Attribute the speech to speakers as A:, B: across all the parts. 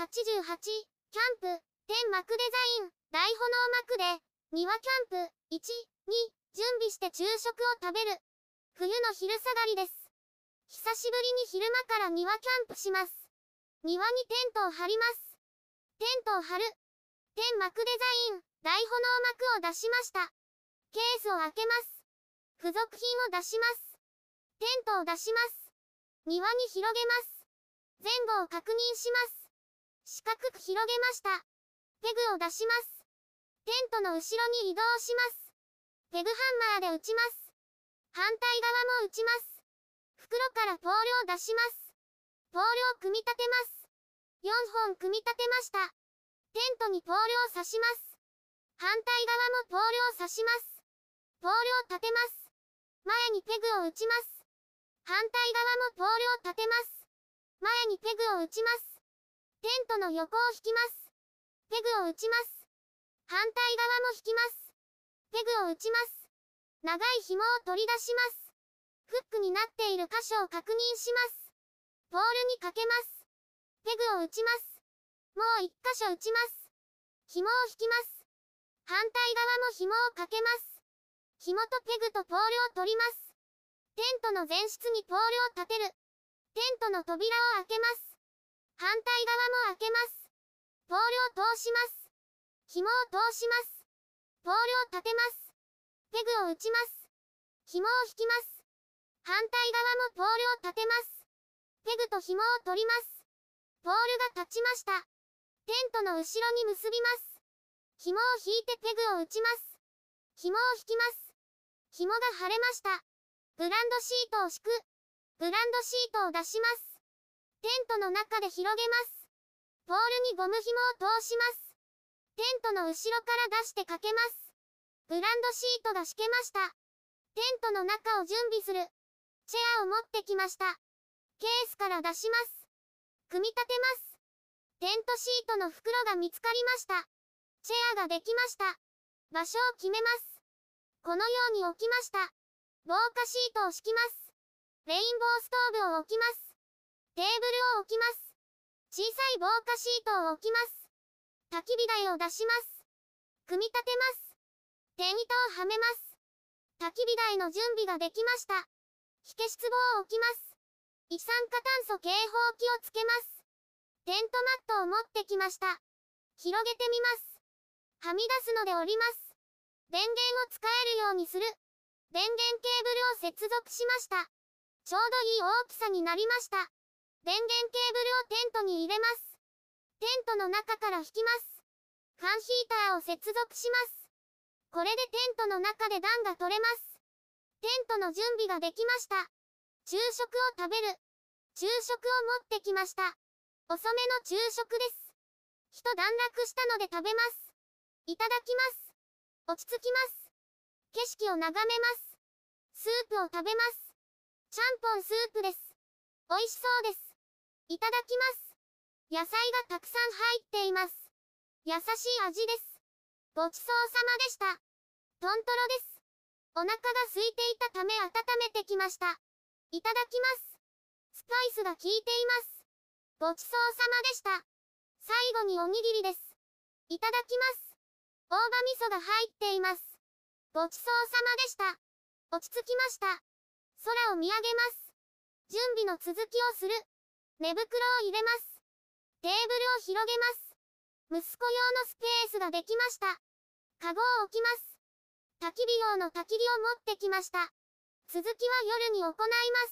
A: 88、キャンプ、天幕デザイン、大炎幕で、庭キャンプ、1、2、準備して昼食を食べる。冬の昼下がりです。久しぶりに昼間から庭キャンプします。庭にテントを張ります。テントを張る。天幕デザイン、大炎幕を出しました。ケースを開けます。付属品を出します。テントを出します。庭に広げます。前後を確認します。四角く広げました。ペグを出します。テントの後ろに移動します。ペグハンマーで打ちます。反対側も打ちます。袋からポールを出します。ポールを組み立てます。4本組み立てました。テントにポールを刺します。反対側もポールを刺します。ポールを立てます。前にペグを打ちます。反対側もポールを立てます。前にペグを打ちます。テントの横を引きます。ペグを打ちます。反対側も引きます。ペグを打ちます。長い紐を取り出します。フックになっている箇所を確認します。ポールにかけます。ペグを打ちます。もう一箇所打ちます。紐を引きます。反対側も紐をかけます。紐とペグとポールを取ります。テントの前室にポールを立てる。テントの扉を開けます。反対側も開けます。ポールを通します。紐を通します。ポールを立てます。ペグを打ちます。紐を引きます。反対側もポールを立てます。ペグと紐を取ります。ポールが立ちました。テントの後ろに結びます。紐を引いてペグを打ちます。紐を引きます。紐が張れました。ブランドシートを敷く。ブランドシートを出します。テントの中で広げます。ポールにゴム紐を通します。テントの後ろから出してかけます。ブランドシートが敷けました。テントの中を準備する。チェアを持ってきました。ケースから出します。組み立てます。テントシートの袋が見つかりました。チェアができました。場所を決めます。このように置きました。防火シートを敷きます。レインボーストーブを置きます。テーブルを置きます。小さい防火シートを置きます。焚き火台を出します。組み立てます。天板をはめます。焚き火台の準備ができました。火消し壺を置きます。一酸化炭素警報器をつけます。テントマットを持ってきました。広げてみます。はみ出すので折ります。電源を使えるようにする。電源ケーブルを接続しました。ちょうどいい大きさになりました。電源ケーブルをテントに入れます。テントの中から引きます。ファンヒーターを接続します。これでテントの中で暖が取れます。テントの準備ができました。昼食を食べる。昼食を持ってきました。遅めの昼食です。一段落したので食べます。いただきます。落ち着きます。景色を眺めます。スープを食べます。ちゃんぽんスープです。美味しそうです。いただきます。野菜がたくさん入っています。優しい味です。ごちそうさまでした。トントロです。お腹が空いていたため温めてきました。いただきます。スパイスが効いています。ごちそうさまでした。最後におにぎりです。いただきます。大葉味噌が入っています。ごちそうさまでした。落ち着きました。空を見上げます。準備の続きをする。寝袋を入れます。テーブルを広げます。息子用のスペースができました。カゴを置きます。焚き火用の焚き火を持ってきました。続きは夜に行います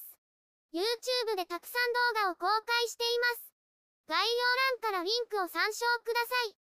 A: 。YouTube でたくさん動画を公開しています。概要欄からリンクを参照ください。